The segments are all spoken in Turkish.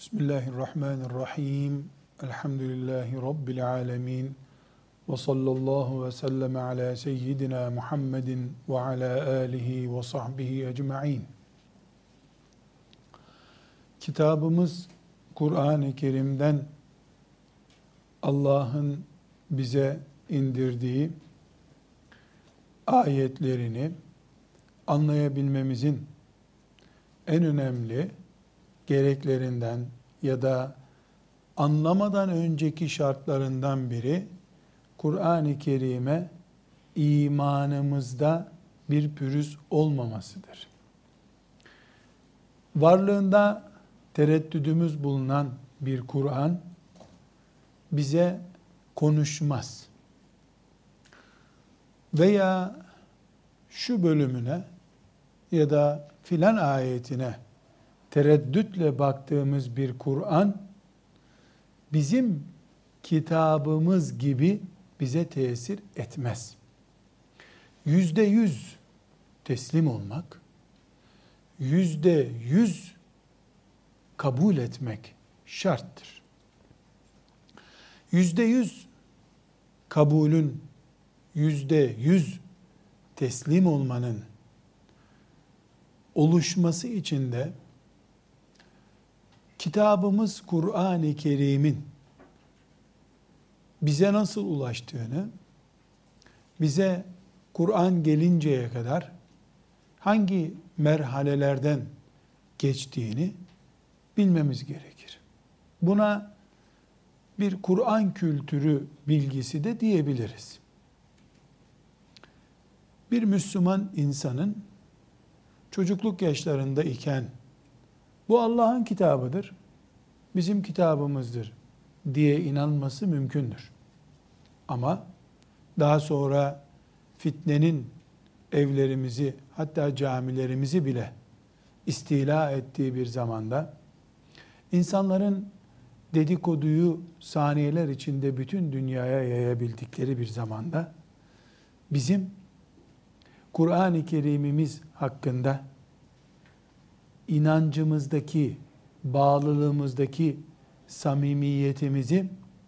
Bismillahirrahmanirrahim. Elhamdülillahi Rabbil alemin. Ve sallallahu ve sellem ala seyyidina Muhammedin ve ala alihi ve sahbihi ecma'in. Kitabımız Kur'an-ı Kerim'den Allah'ın bize indirdiği ayetlerini anlayabilmemizin en önemli gereklerinden ya da anlamadan önceki şartlarından biri Kur'an-ı Kerim'e imanımızda bir pürüz olmamasıdır. Varlığında tereddüdümüz bulunan bir Kur'an bize konuşmaz. Veya şu bölümüne ya da filan ayetine tereddütle baktığımız bir Kur'an bizim kitabımız gibi bize tesir etmez. %100 teslim olmak, %100 kabul etmek şarttır. %100 kabulün, %100 teslim olmanın oluşması için de kitabımız Kur'an-ı Kerim'in bize nasıl ulaştığını, bize Kur'an gelinceye kadar hangi merhalelerden geçtiğini bilmemiz gerekir. Buna bir Kur'an kültürü bilgisi de diyebiliriz. Bir Müslüman insanın çocukluk yaşlarında iken bu Allah'ın kitabıdır, bizim kitabımızdır diye inanması mümkündür. Ama daha sonra fitnenin evlerimizi, hatta camilerimizi bile istila ettiği bir zamanda, insanların dedikoduyu saniyeler içinde bütün dünyaya yayabildikleri bir zamanda, bizim Kur'an-ı Kerim'imiz hakkında inancımızdaki, bağlılığımızdaki samimiyetimizi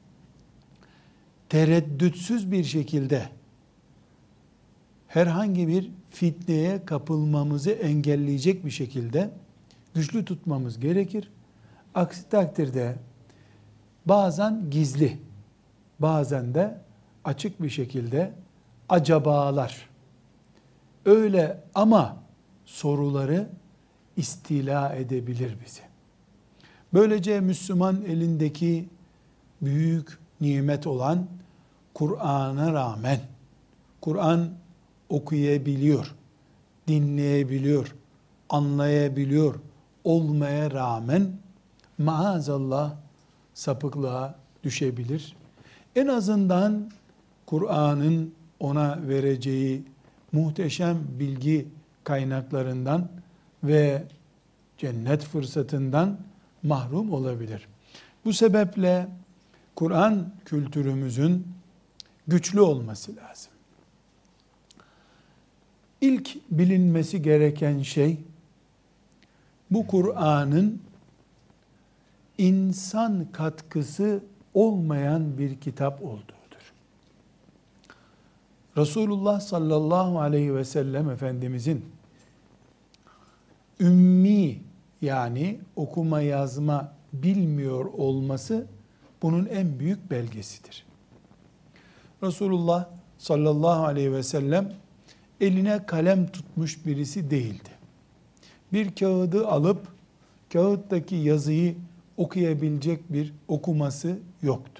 tereddütsüz bir şekilde herhangi bir fitneye kapılmamızı engelleyecek bir şekilde güçlü tutmamız gerekir. Aksi takdirde bazen gizli, bazen de açık bir şekilde acabalar, öyle ama soruları istila edebilir bizi. Böylece Müslüman elindeki büyük nimet olan Kur'an'a rağmen, Kur'an okuyabiliyor, dinleyebiliyor, anlayabiliyor olmaya rağmen maazallah sapıklığa düşebilir. En azından Kur'an'ın ona vereceği muhteşem bilgi kaynaklarından ve cennet fırsatından mahrum olabilir. Bu sebeple Kur'an kültürümüzün güçlü olması lazım. İlk bilinmesi gereken şey, bu Kur'an'ın insan katkısı olmayan bir kitap olduğudur. Resulullah sallallahu aleyhi ve sellem Efendimizin ümmi, yani okuma yazma bilmiyor olması bunun en büyük belgesidir. Resulullah sallallahu aleyhi ve sellem eline kalem tutmuş birisi değildi. Bir kağıdı alıp kağıttaki yazıyı okuyabilecek bir okuması yoktu.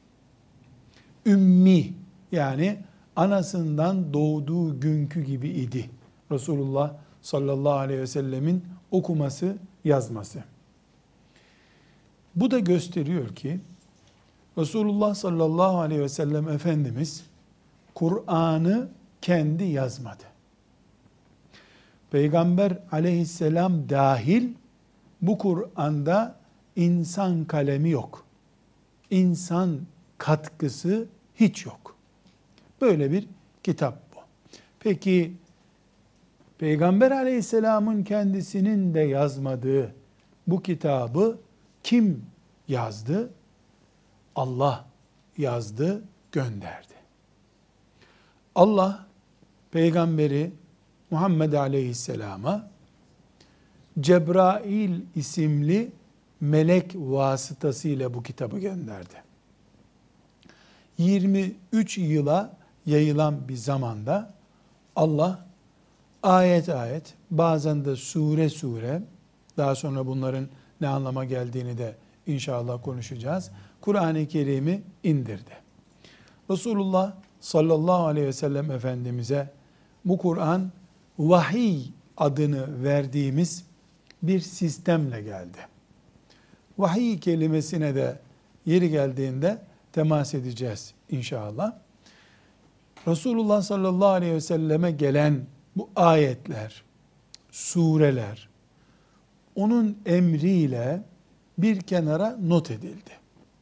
Ümmi, yani anasından doğduğu günkü gibi idi Resulullah sallallahu aleyhi ve sellemin okuması, yazması. Bu da gösteriyor ki Resulullah sallallahu aleyhi ve sellem Efendimiz Kur'an'ı kendi yazmadı. Peygamber aleyhisselam dahil bu Kur'an'da insan kalemi yok. İnsan katkısı hiç yok. Böyle bir kitap bu. Peki Peygamber aleyhisselamın kendisinin de yazmadığı bu kitabı Kim yazdı? Allah yazdı, gönderdi. Allah peygamberi Muhammed Aleyhisselam'a Cebrail isimli melek vasıtasıyla bu kitabı gönderdi. 23 yıla yayılan bir zamanda Allah ayet ayet, bazen de sure sure, daha sonra bunların ne anlama geldiğini de inşallah konuşacağız, Kur'an-ı Kerim'i indirdi. Resulullah sallallahu aleyhi ve sellem Efendimiz'e bu Kur'an vahiy adını verdiğimiz bir sistemle geldi. Vahiy kelimesine de yeri geldiğinde temas edeceğiz inşallah. Resulullah sallallahu aleyhi ve selleme gelen bu ayetler, sureler, onun emriyle bir kenara not edildi.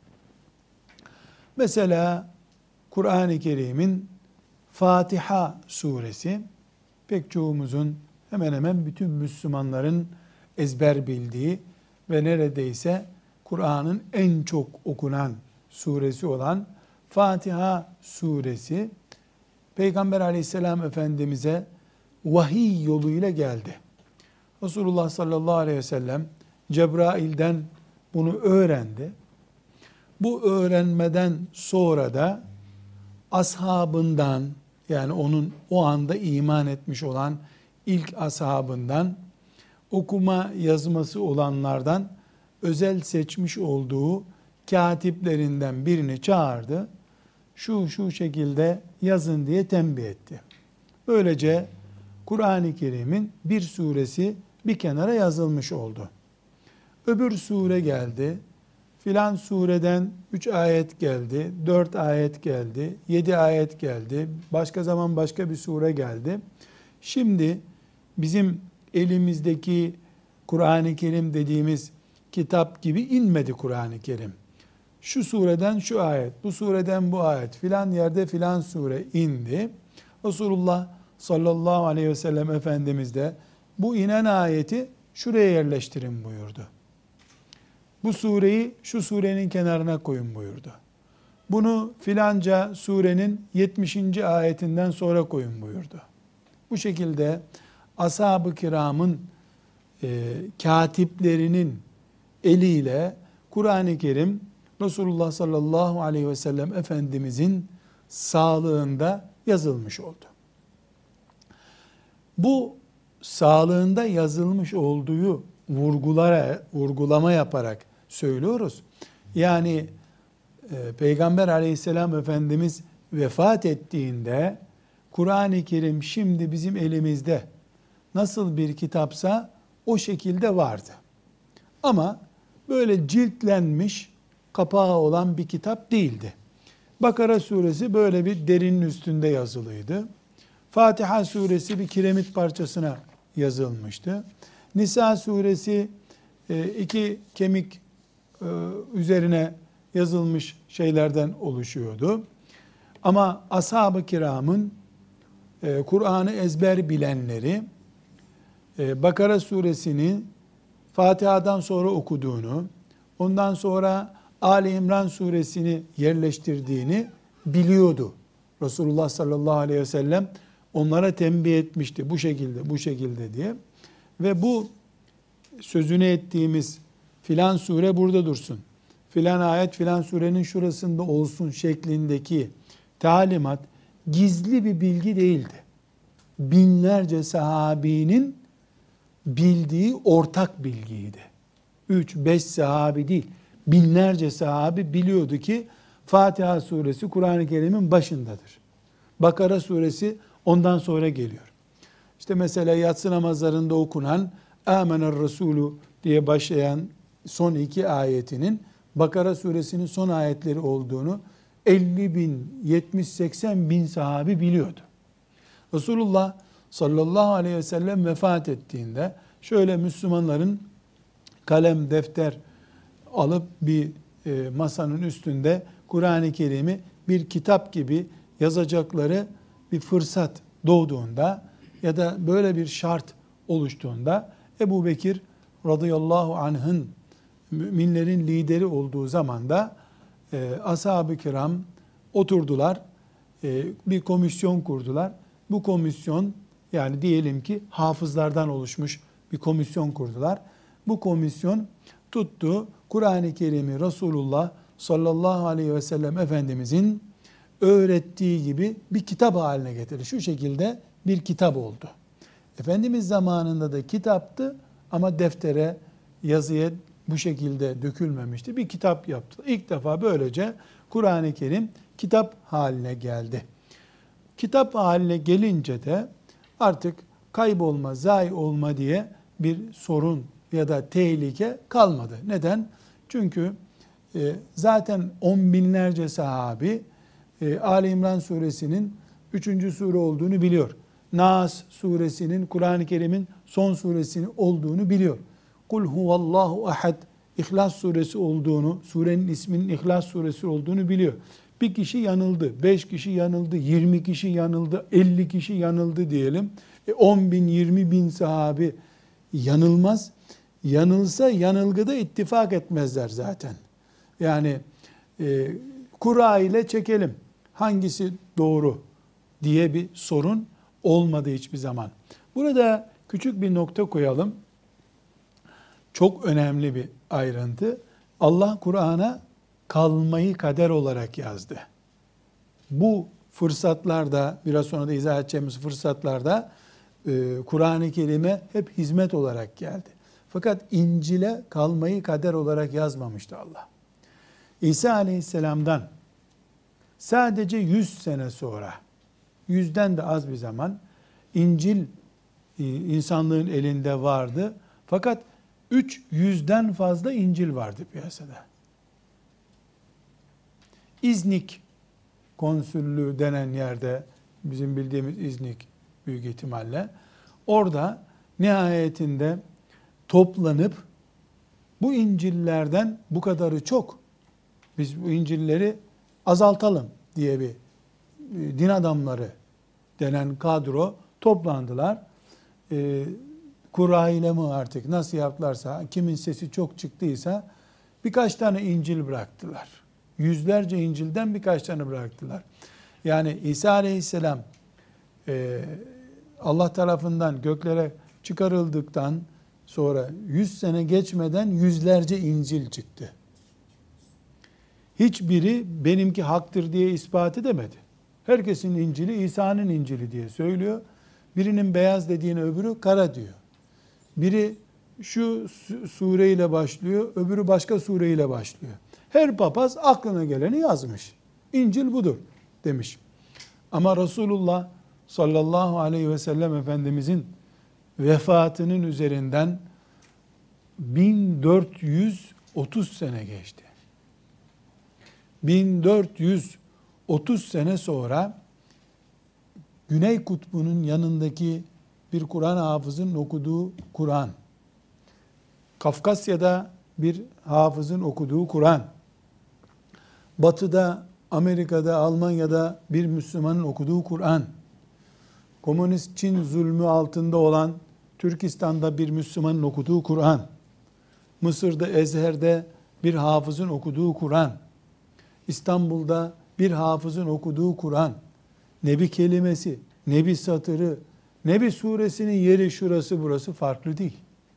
Mesela Kur'an-ı Kerim'in Fatiha suresi, pek çoğumuzun, hemen hemen bütün Müslümanların ezber bildiği ve neredeyse Kur'an'ın en çok okunan suresi olan Fatiha suresi, Peygamber aleyhisselam Efendimiz'e vahiy yoluyla geldi. Resulullah sallallahu aleyhi ve sellem Cebrail'den bunu öğrendi. Bu öğrenmeden sonra da ashabından, yani onun o anda iman etmiş olan ilk ashabından, okuma yazması olanlardan özel seçmiş olduğu katiplerinden birini çağırdı. Şu şekilde yazın diye tembih etti. Böylece Kur'an-ı Kerim'in bir suresi bir kenara yazılmış oldu. Öbür sure geldi. Filan sureden 3 ayet geldi, 4 ayet geldi, 7 ayet geldi. Başka zaman başka bir sure geldi. Şimdi bizim elimizdeki Kur'an-ı Kerim dediğimiz kitap gibi inmedi Kur'an-ı Kerim. Şu sureden şu ayet, bu sureden bu ayet, filan yerde filan sure indi. Resulullah sallallahu aleyhi ve sellem Efendimiz de bu inen ayeti şuraya yerleştirin buyurdu. Bu sureyi şu surenin kenarına koyun buyurdu. Bunu filanca surenin 70. ayetinden sonra koyun buyurdu. Bu şekilde ashab-ı kiramın katiplerinin eliyle Kur'an-ı Kerim Resulullah sallallahu aleyhi ve sellem Efendimizin sağlığında yazılmış oldu. Bu sağlığında yazılmış olduğu vurgulama yaparak söylüyoruz. Yani Peygamber aleyhisselam Efendimiz vefat ettiğinde Kur'an-ı Kerim şimdi bizim elimizde nasıl bir kitapsa o şekilde vardı. Ama böyle ciltlenmiş, kapağı olan bir kitap değildi. Bakara suresi böyle bir derinin üstünde yazılıydı. Fatiha suresi bir kiremit parçasına yazılmıştı. Nisa suresi iki kemik üzerine yazılmış şeylerden oluşuyordu. Ama ashab-ı kiramın Kur'an'ı ezber bilenleri Bakara suresini Fatiha'dan sonra okuduğunu, ondan sonra Ali İmran suresini yerleştirdiğini biliyordu. Resulullah sallallahu aleyhi ve sellem onlara tembih etmişti bu şekilde, bu şekilde diye. Ve bu sözünü ettiğimiz filan sure burada dursun, filan ayet filan surenin şurasında olsun şeklindeki talimat gizli bir bilgi değildi. Binlerce sahabinin bildiği ortak bilgiydi. 3-5 sahabi değil, binlerce sahabi biliyordu ki Fatiha suresi Kur'an-ı Kerim'in başındadır. Bakara suresi ondan sonra geliyor. İşte mesela yatsı namazlarında okunan Âmener Resulü diye başlayan son 2 ayetinin Bakara suresinin son ayetleri olduğunu 50 bin, 70-80 bin sahabi biliyordu. Resulullah sallallahu aleyhi ve sellem vefat ettiğinde şöyle Müslümanların kalem, defter alıp bir masanın üstünde Kur'an-ı Kerim'i bir kitap gibi yazacakları bir fırsat doğduğunda ya da böyle bir şart oluştuğunda Ebu Bekir radıyallahu anh'ın müminlerin lideri olduğu zaman da ashab-ı kiram oturdular, bir komisyon kurdular. Bu komisyon, yani diyelim ki hafızlardan oluşmuş bir komisyon kurdular. Bu komisyon tuttu Kur'an-ı Kerim'i Resulullah sallallahu aleyhi ve sellem Efendimizin öğrettiği gibi bir kitap haline getirdi. Şu şekilde bir kitap oldu. Efendimiz zamanında da kitaptı ama deftere, yazıya bu şekilde dökülmemişti. Bir kitap yaptı. İlk defa böylece Kur'an-ı Kerim kitap haline geldi. Kitap haline gelince de artık kaybolma, zayi olma diye bir sorun ya da tehlike kalmadı. Neden? Çünkü zaten on binlerce sahabi Ali İmran suresinin 3. sure olduğunu biliyor. Nas suresinin Kur'an-ı Kerim'in son suresinin olduğunu biliyor. Kul huvallahu ahad, İhlas suresi olduğunu, surenin isminin İhlas suresi olduğunu biliyor. Bir kişi yanıldı, 5 kişi yanıldı, 20 kişi yanıldı, 50 kişi yanıldı diyelim. 10 bin, 20 bin sahabi yanılmaz. Yanılsa yanılgıda ittifak etmezler zaten. Yani kura ile çekelim, hangisi doğru diye bir sorun olmadı hiçbir zaman. Burada küçük bir nokta koyalım. Çok önemli bir ayrıntı. Allah Kur'an'a kalmayı kader olarak yazdı. Bu fırsatlarda, biraz sonra da izah edeceğimiz fırsatlarda Kur'an-ı Kerim'e hep hizmet olarak geldi. Fakat İncil'e kalmayı kader olarak yazmamıştı Allah. İsa Aleyhisselam'dan sadece 100 sene sonra, 100'den de az bir zaman İncil insanlığın elinde vardı. Fakat 300'den fazla İncil vardı piyasada. İznik konsüllüğü denen yerde, bizim bildiğimiz İznik büyük ihtimalle, orada nihayetinde toplanıp bu İncil'lerden bu kadarı çok, biz bu İncil'leri azaltalım diye bir din adamları denen kadro toplandılar. Kura ile mi artık nasıl yaptılarsa, kimin sesi çok çıktıysa birkaç tane İncil bıraktılar. Yüzlerce İncil'den birkaç tane bıraktılar. Yani İsa Aleyhisselam Allah tarafından göklere çıkarıldıktan sonra 100 sene geçmeden yüzlerce İncil çıktı. Hiçbiri benimki haktır diye ispat edemedi. Herkesin İncil'i İsa'nın İncil'i diye söylüyor. Birinin beyaz dediğine öbürü kara diyor. Biri şu sureyle başlıyor, öbürü başka sureyle başlıyor. Her papaz aklına geleni yazmış. İncil budur demiş. Ama Resulullah sallallahu aleyhi ve sellem Efendimizin vefatının üzerinden 1430 sene geçti. 1430 sene sonra Güney Kutbu'nun yanındaki bir Kur'an hafızın okuduğu Kur'an, Kafkasya'da bir hafızın okuduğu Kur'an, Batı'da, Amerika'da, Almanya'da bir Müslümanın okuduğu Kur'an, komünist Çin zulmü altında olan Türkistan'da bir Müslümanın okuduğu Kur'an, Mısır'da, Ezher'de bir hafızın okuduğu Kur'an, İstanbul'da bir hafızın okuduğu Kur'an, ne bir kelimesi, ne bir satırı, ne bir suresinin yeri şurası burası farklı değil.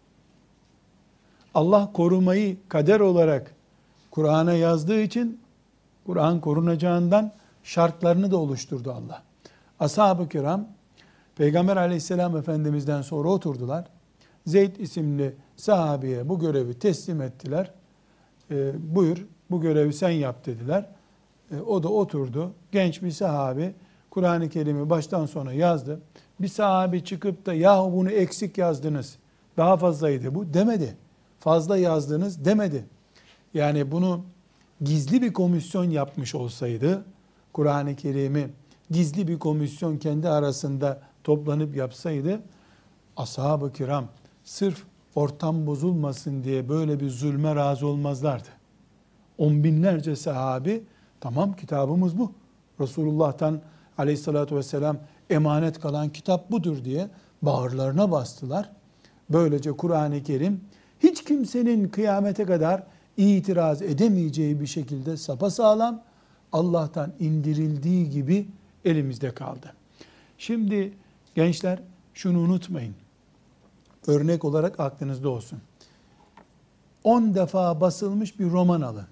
Allah korumayı kader olarak Kur'an'a yazdığı için Kur'an korunacağından şartlarını da oluşturdu Allah. Ashab-ı kiram Peygamber aleyhisselam Efendimiz'den sonra oturdular. Zeyd isimli sahabeye bu görevi teslim ettiler. Buyur bu görevi sen yap dediler. O da oturdu. Genç bir sahabi Kur'an-ı Kerim'i baştan sona yazdı. Bir sahabi çıkıp da yahu bunu eksik yazdınız, daha fazlaydı bu demedi. Fazla yazdınız demedi. Yani bunu gizli bir komisyon yapmış olsaydı, Kur'an-ı Kerim'i gizli bir komisyon kendi arasında toplanıp yapsaydı, ashab-ı kiram sırf ortam bozulmasın diye böyle bir zulme razı olmazlardı. On binlerce sahabi, tamam kitabımız bu, Resulullah'tan aleyhissalatü vesselam emanet kalan kitap budur diye bağırlarına bastılar. Böylece Kur'an-ı Kerim hiç kimsenin kıyamete kadar itiraz edemeyeceği bir şekilde sapasağlam, Allah'tan indirildiği gibi elimizde kaldı. Şimdi gençler şunu unutmayın. Örnek olarak aklınızda olsun. 10 defa basılmış bir roman alın.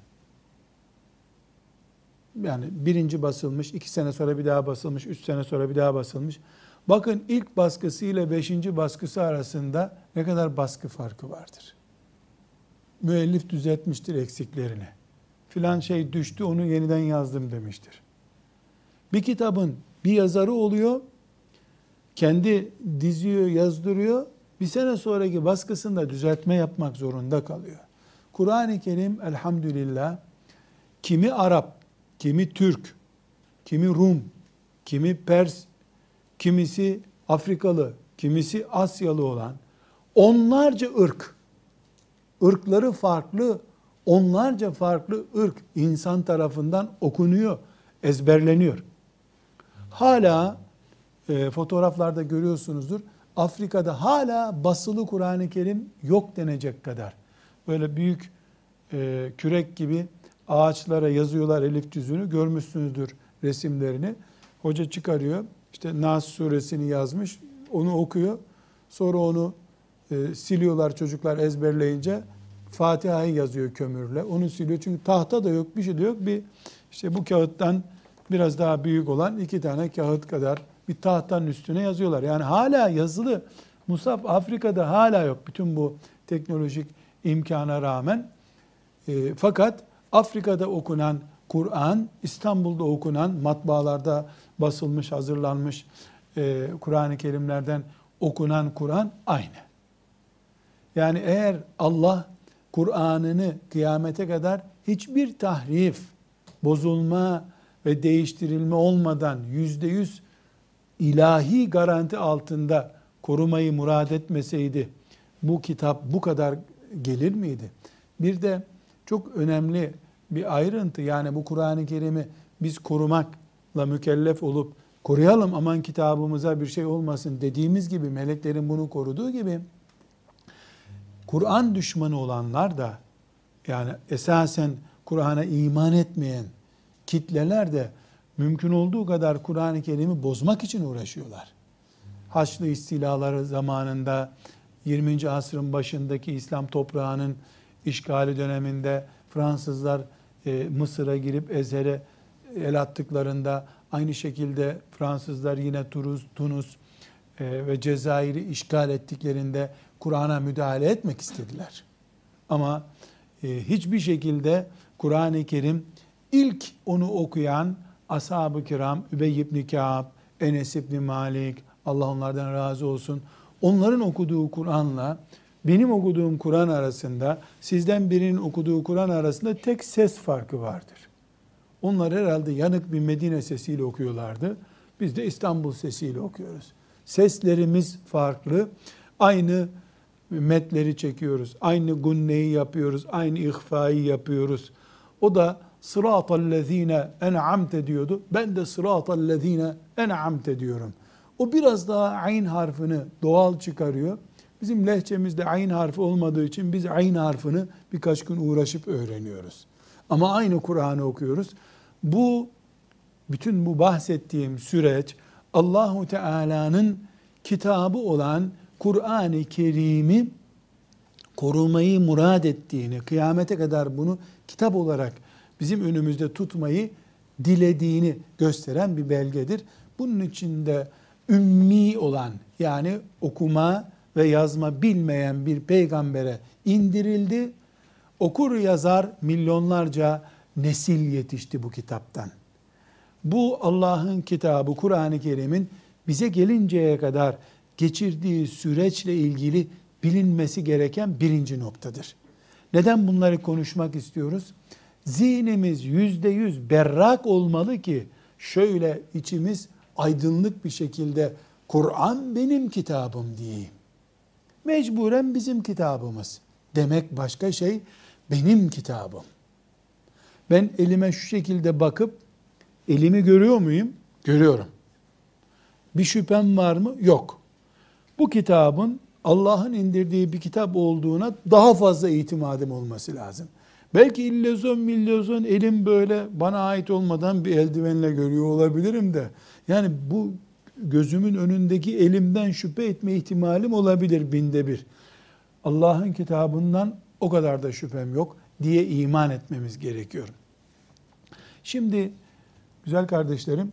Yani birinci basılmış, 2 sene sonra bir daha basılmış, 3 sene sonra bir daha basılmış. Bakın ilk baskısı ile 5. baskısı arasında ne kadar baskı farkı vardır. Müellif düzeltmiştir eksiklerini. Filan şey düştü, onu yeniden yazdım demiştir. Bir kitabın bir yazarı oluyor, kendi diziyor, yazdırıyor, bir sene sonraki baskısında düzeltme yapmak zorunda kalıyor. Kur'an-ı Kerim elhamdülillah kimi Arap, kimi Türk, kimi Rum, kimi Pers, kimisi Afrikalı, kimisi Asyalı olan onlarca ırkları farklı, onlarca farklı ırk insan tarafından okunuyor, ezberleniyor. Hala fotoğraflarda görüyorsunuzdur. Afrika'da hala basılı Kur'an-ı Kerim yok denecek kadar. Böyle büyük kürek gibi ağaçlara yazıyorlar elif cüzünü. Görmüşsünüzdür resimlerini. Hoca çıkarıyor. İşte Nas suresini yazmış. Onu okuyor. Sonra onu siliyorlar çocuklar ezberleyince. Fatiha'yı yazıyor kömürle. Onu siliyor. Çünkü tahta da yok, bir şey de yok. İşte bu kağıttan biraz daha büyük olan 2 tane kağıt kadar bir tahtanın üstüne yazıyorlar. Yani hala yazılı Musaf Afrika'da hala yok. Bütün bu teknolojik imkana rağmen. Fakat Afrika'da okunan Kur'an, İstanbul'da okunan matbaalarda basılmış, hazırlanmış Kur'an-ı Kerimlerden okunan Kur'an aynı. Yani eğer Allah Kur'an'ını kıyamete kadar hiçbir tahrif, bozulma ve değiştirilme olmadan %100 ilahi garanti altında korumayı murad etmeseydi bu kitap bu kadar gelir miydi? Bir de çok önemli bir ayrıntı, yani bu Kur'an-ı Kerim'i biz korumakla mükellef olup koruyalım aman kitabımıza bir şey olmasın dediğimiz gibi, meleklerin bunu koruduğu gibi Kur'an düşmanı olanlar da, yani esasen Kur'an'a iman etmeyen kitleler de mümkün olduğu kadar Kur'an-ı Kerim'i bozmak için uğraşıyorlar. Haçlı istilaları zamanında 20. asrın başındaki İslam toprağının işgali döneminde Fransızlar Mısır'a girip Ezher'e el attıklarında, aynı şekilde Fransızlar yine Tunus ve Cezayir'i işgal ettiklerinde Kur'an'a müdahale etmek istediler. Ama hiçbir şekilde Kur'an-ı Kerim ilk onu okuyan ashab-ı kiram, Übey ibn Kâb, Enes ibn Malik, Allah onlardan razı olsun, onların okuduğu Kur'an'la benim okuduğum Kur'an arasında, sizden birinin okuduğu Kur'an arasında tek ses farkı vardır. Onlar herhalde yanık bir Medine sesiyle okuyorlardı. Biz de İstanbul sesiyle okuyoruz. Seslerimiz farklı. Aynı metleri çekiyoruz. Aynı gunneyi yapıyoruz. Aynı ihfayı yapıyoruz. O da sıratallezine en'amte diyordu. Ben de sıratallezine en'amte diyorum. O biraz daha ayn harfini doğal çıkarıyor. Bizim lehçemizde ayn harfi olmadığı için biz ayn harfini birkaç gün uğraşıp öğreniyoruz. Ama aynı Kur'an'ı okuyoruz. Bütün bu bahsettiğim süreç Allahu Teala'nın kitabı olan Kur'an-ı Kerim'i korumayı murad ettiğini, kıyamete kadar bunu kitap olarak bizim önümüzde tutmayı dilediğini gösteren bir belgedir. Bunun içinde ümmi olan, yani okuma ve yazma bilmeyen bir peygambere indirildi. Okur yazar milyonlarca nesil yetişti bu kitaptan. Bu Allah'ın kitabı Kur'an-ı Kerim'in bize gelinceye kadar geçirdiği süreçle ilgili bilinmesi gereken birinci noktadır. Neden bunları konuşmak istiyoruz? Zihnimiz %100 berrak olmalı ki şöyle içimiz aydınlık bir şekilde Kur'an benim kitabım diyeyim. Mecburen bizim kitabımız demek başka şey, benim kitabım. Ben elime şu şekilde bakıp elimi görüyor muyum? Görüyorum. Bir şüphem var mı? Yok. Bu kitabın Allah'ın indirdiği bir kitap olduğuna daha fazla itimadım olması lazım. Belki illezon millezon elim böyle bana ait olmadan bir eldivenle görüyor olabilirim de, yani bu gözümün önündeki elimden şüphe etme ihtimalim olabilir binde bir. Allah'ın kitabından o kadar da şüphem yok diye iman etmemiz gerekiyor. Şimdi güzel kardeşlerim,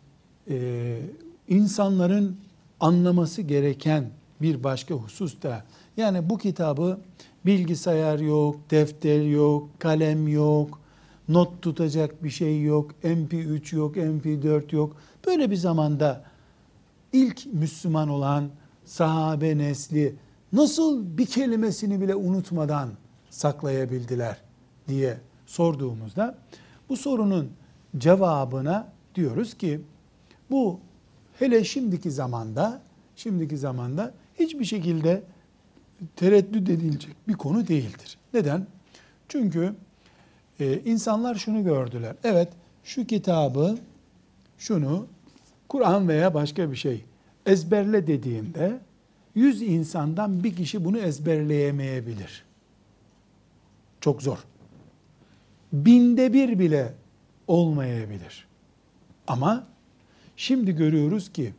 insanların anlaması gereken bir başka husus da, yani bu kitabı bilgisayar yok, defter yok, kalem yok, not tutacak bir şey yok, MP3 yok, MP4 yok. Böyle bir zamanda ilk Müslüman olan sahabe nesli nasıl bir kelimesini bile unutmadan saklayabildiler diye sorduğumuzda, bu sorunun cevabına diyoruz ki, bu hele şimdiki zamanda hiçbir şekilde tereddüt edilecek bir konu değildir. Neden? Çünkü insanlar şunu gördüler. Evet, şu kitabı, şunu, Kur'an veya başka bir şey ezberle dediğinde 100 insandan bir kişi bunu ezberleyemeyebilir. Çok zor. 1/1000 bile olmayabilir. Ama şimdi görüyoruz ki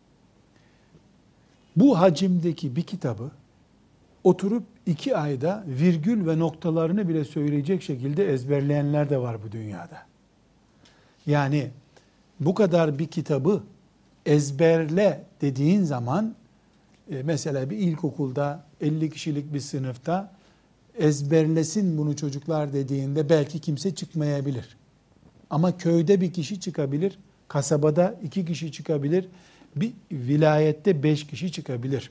bu hacimdeki bir kitabı oturup 2 ayda virgül ve noktalarını bile söyleyecek şekilde ezberleyenler de var bu dünyada. Yani bu kadar bir kitabı ezberle dediğin zaman, mesela bir ilkokulda 50 kişilik bir sınıfta ezberlesin bunu çocuklar dediğinde belki kimse çıkmayabilir. Ama köyde bir kişi çıkabilir, kasabada 2 kişi çıkabilir, bir vilayette 5 kişi çıkabilir.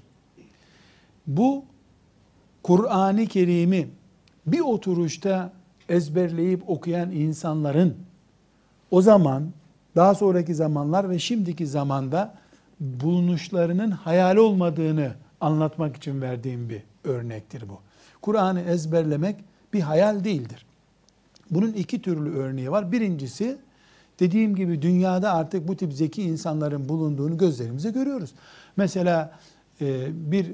Bu Kur'an-ı Kerim'i bir oturuşta ezberleyip okuyan insanların o zaman, daha sonraki zamanlar ve şimdiki zamanda bulunuşlarının hayal olmadığını anlatmak için verdiğim bir örnektir bu. Kur'an'ı ezberlemek bir hayal değildir. Bunun 2 türlü örneği var. Birincisi, dediğim gibi dünyada artık bu tip zeki insanların bulunduğunu gözlerimize görüyoruz. Mesela bir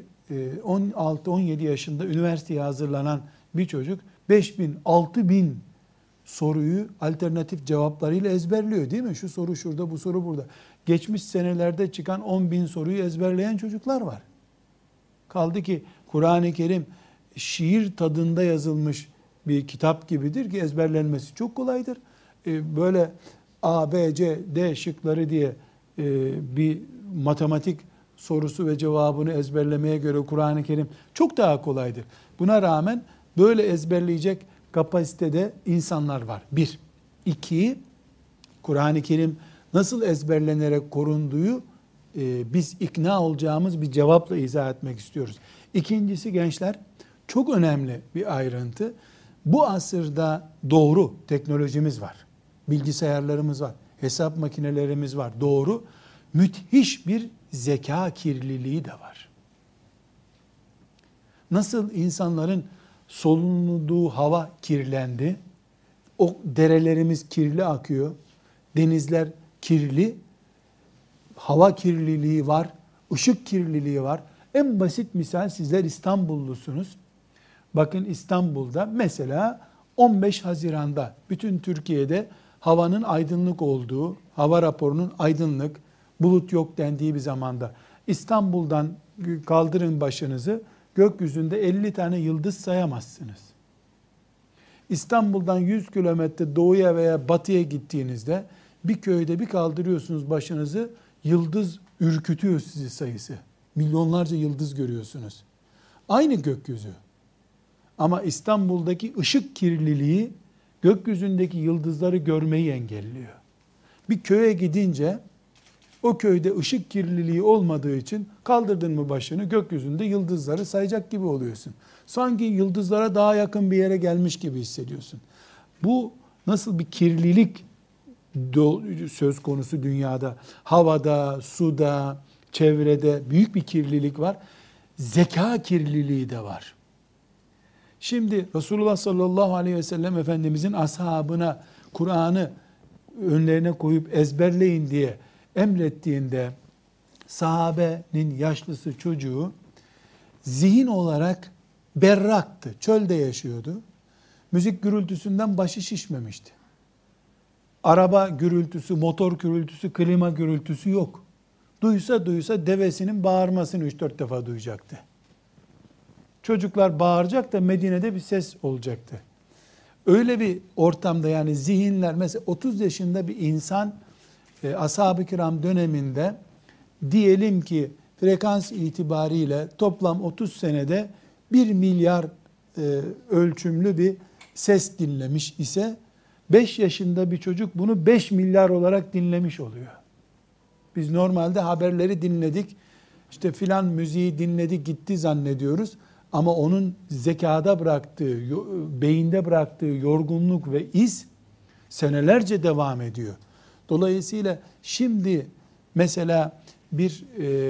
16-17 yaşında üniversiteye hazırlanan bir çocuk 5000, 6000 soruyu alternatif cevaplarıyla ezberliyor, değil mi? Şu soru şurada, bu soru burada. Geçmiş senelerde çıkan 10.000 soruyu ezberleyen çocuklar var. Kaldı ki Kur'an-ı Kerim şiir tadında yazılmış bir kitap gibidir ki ezberlenmesi çok kolaydır. Böyle A, B, C, D şıkları diye bir matematik sorusu ve cevabını ezberlemeye göre Kur'an-ı Kerim çok daha kolaydır. Buna rağmen böyle ezberleyecek kapasitede insanlar var. 1. 2. Kur'an-ı Kerim nasıl ezberlenerek korunduğu biz ikna olacağımız bir cevapla izah etmek istiyoruz. İkincisi gençler, çok önemli bir ayrıntı. Bu asırda doğru teknolojimiz var. Bilgisayarlarımız var. Hesap makinelerimiz var. Doğru. Müthiş bir zeka kirliliği de var. Nasıl insanların solunuduğu hava kirlendi, o derelerimiz kirli akıyor, denizler kirli, hava kirliliği var, ışık kirliliği var. En basit misal, sizler İstanbullusunuz. Bakın İstanbul'da mesela 15 Haziran'da bütün Türkiye'de havanın aydınlık olduğu, hava raporunun aydınlık, bulut yok dendiği bir zamanda İstanbul'dan kaldırın başınızı, gökyüzünde 50 tane yıldız sayamazsınız. İstanbul'dan 100 kilometre doğuya veya batıya gittiğinizde bir köyde bir kaldırıyorsunuz başınızı, yıldız ürkütüyor sizi sayısı. Milyonlarca yıldız görüyorsunuz. Aynı gökyüzü. Ama İstanbul'daki ışık kirliliği gökyüzündeki yıldızları görmeyi engelliyor. Bir köye gidince o köyde ışık kirliliği olmadığı için kaldırdın mı başını, gökyüzünde yıldızları sayacak gibi oluyorsun. Sanki yıldızlara daha yakın bir yere gelmiş gibi hissediyorsun. Bu nasıl bir kirlilik söz konusu dünyada? Havada, suda, çevrede büyük bir kirlilik var. Zeka kirliliği de var. Şimdi Resulullah sallallahu aleyhi ve sellem Efendimizin ashabına Kur'an'ı önlerine koyup ezberleyin diye emrettiğinde sahabenin yaşlısı çocuğu zihin olarak berraktı. Çölde yaşıyordu. Müzik gürültüsünden başı şişmemişti. Araba gürültüsü, motor gürültüsü, klima gürültüsü yok. Duysa devesinin bağırmasını 3-4 defa duyacaktı. Çocuklar bağıracak da Medine'de bir ses olacaktı. Öyle bir ortamda, yani zihinler, mesela 30 yaşında bir insan ashab-ı kiram döneminde diyelim ki frekans itibariyle toplam 30 senede 1 milyar ölçümlü bir ses dinlemiş ise 5 yaşında bir çocuk bunu 5 milyar olarak dinlemiş oluyor. Biz normalde haberleri dinledik, işte filan müziği dinledik gitti zannediyoruz. Ama onun zekada bıraktığı, beyinde bıraktığı yorgunluk ve iz senelerce devam ediyor. Dolayısıyla şimdi mesela bir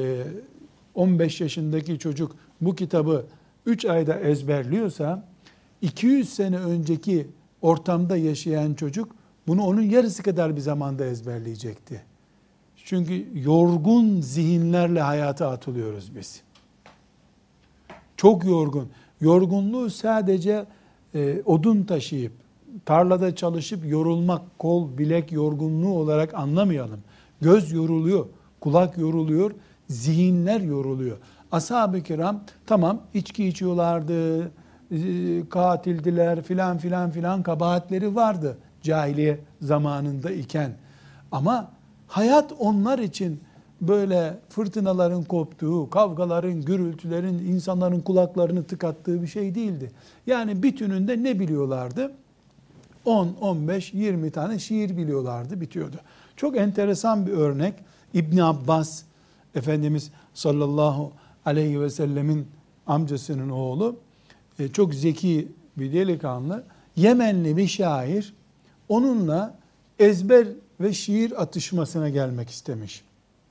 15 yaşındaki çocuk bu kitabı 3 ayda ezberliyorsa 200 sene önceki ortamda yaşayan çocuk bunu onun yarısı kadar bir zamanda ezberleyecekti. Çünkü yorgun zihinlerle hayata atılıyoruz biz. Çok yorgun. Yorgunluğu sadece odun taşıyıp, tarlada çalışıp yorulmak, kol, bilek yorgunluğu olarak anlamayalım. Göz yoruluyor, kulak yoruluyor, zihinler yoruluyor. Ashab-ı kiram tamam içki içiyorlardı, katildiler filan filan filan, kabahatleri vardı cahiliye zamanında iken. Ama hayat onlar için böyle fırtınaların koptuğu, kavgaların, gürültülerin, insanların kulaklarını tıkattığı bir şey değildi. Yani bütününde ne biliyorlardı? 10, 15, 20 tane şiir biliyorlardı, bitiyordu. Çok enteresan bir örnek. İbn Abbas, Efendimiz sallallahu aleyhi ve sellemin amcasının oğlu, çok zeki bir delikanlı, Yemenli bir şair, onunla ezber ve şiir atışmasına gelmek istemiş.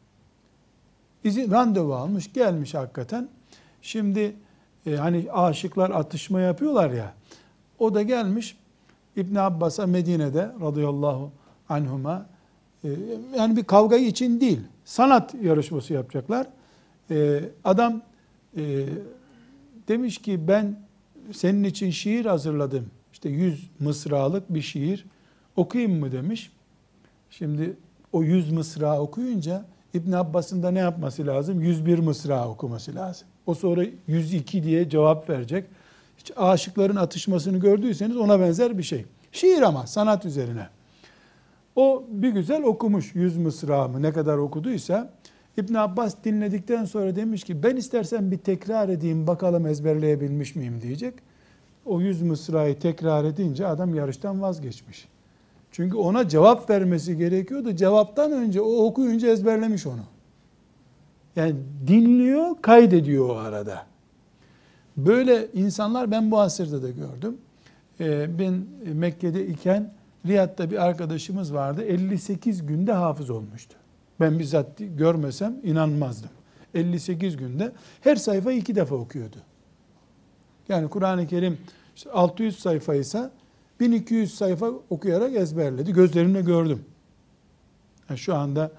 Randevu almış, gelmiş hakikaten. Şimdi hani aşıklar atışma yapıyorlar ya, o da gelmiş İbn Abbas'a Medine'de radıyallahu anhuma, yani bir kavga için değil, sanat yarışması yapacaklar. Adam demiş ki ben senin için şiir hazırladım. İşte 100 mısralık bir şiir okuyayım mı demiş. Şimdi o 100 mısra okuyunca İbn Abbas'ın da ne yapması lazım? 101 mısra okuması lazım. O sonra 102 diye cevap verecek. Hiç aşıkların atışmasını gördüyseniz ona benzer bir şey. Şiir ama sanat üzerine. O bir güzel okumuş 100 mısra mı ne kadar okuduysa. İbn Abbas dinledikten sonra demiş ki ben istersen bir tekrar edeyim bakalım ezberleyebilmiş miyim diyecek. O 100 mısrayı tekrar edince adam yarıştan vazgeçmiş. Çünkü ona cevap vermesi gerekiyordu. Cevaptan önce o okuyunca ezberlemiş onu. Yani dinliyor, kaydediyor o arada. Böyle insanlar ben bu asırda da gördüm. Ben Mekke'de iken Riyad'da bir arkadaşımız vardı. 58 günde hafız olmuştu. Ben bizzat görmesem inanmazdım. 58 günde her sayfa 2 defa okuyordu. Yani Kur'an-ı Kerim işte 600 sayfaysa 1200 sayfa okuyarak ezberledi. Gözlerimle gördüm. Yani şu anda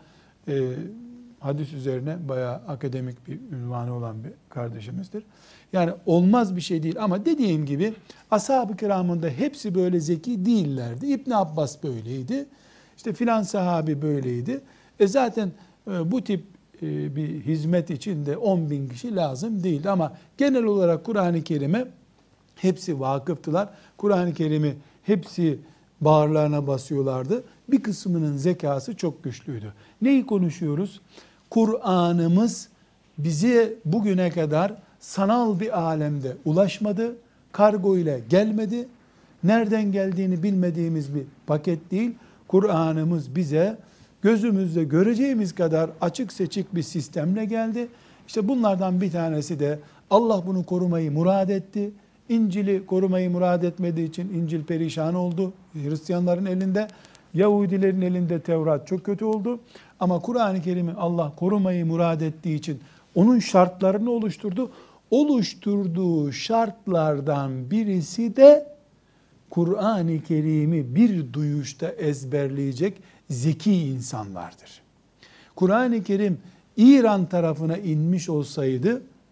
hadis üzerine bayağı akademik bir ünvanı olan bir kardeşimizdir. Yani olmaz bir şey değil ama dediğim gibi ashab-ı kiramın da hepsi böyle zeki değillerdi. İbn Abbas böyleydi. İşte filan sahabi böyleydi. Zaten bu tip bir hizmet için de 10 bin kişi lazım değildi ama genel olarak Kur'an-ı Kerim'e hepsi vakıftılar. Kur'an-ı Kerim'i hepsi bağırlarına basıyorlardı. Bir kısmının zekası çok güçlüydü. Neyi konuşuyoruz? Kur'an'ımız bize bugüne kadar sanal bir alemde ulaşmadı. Kargo ile gelmedi. Nereden geldiğini bilmediğimiz bir paket değil. Kur'an'ımız bize gözümüzle göreceğimiz kadar açık seçik bir sistemle geldi. İşte bunlardan bir tanesi de Allah bunu korumayı murad etti. İncil'i korumayı murad etmediği için İncil perişan oldu. Hristiyanların elinde, Yahudilerin elinde Tevrat çok kötü oldu. Ama Kur'an-ı Kerim'i Allah korumayı murad ettiği için onun şartlarını oluşturdu. Oluşturduğu şartlardan birisi de Kur'an-ı Kerim'i bir duyuşta ezberleyecek zeki insanlardır. Kur'an-ı Kerim İran tarafına inmiş olsaydı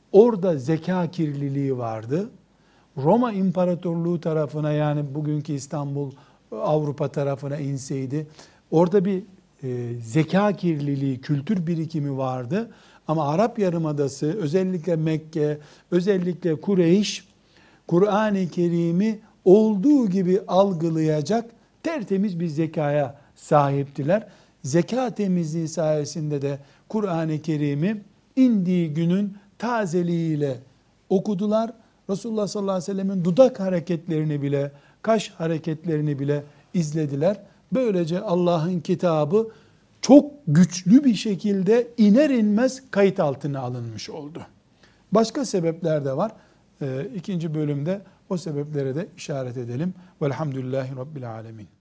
Orada zeka kirliliği vardı. Roma İmparatorluğu tarafına, yani bugünkü İstanbul, Avrupa tarafına inseydi, orada bir zeka kirliliği, kültür birikimi vardı. Ama Arap Yarımadası, özellikle Mekke, özellikle Kureyş, Kur'an-ı Kerim'i olduğu gibi algılayacak tertemiz bir zekaya sahiptiler. Zeka temizliği sayesinde de Kur'an-ı Kerim'i indiği günün tazeliğiyle okudular. Resulullah sallallahu aleyhi ve sellemin dudak hareketlerini bile, kaş hareketlerini bile izlediler. Böylece Allah'ın kitabı çok güçlü bir şekilde iner inmez kayıt altına alınmış oldu. Başka sebepler de var. İkinci bölümde o sebeplere de işaret edelim. Velhamdülillahi Rabbil alemin.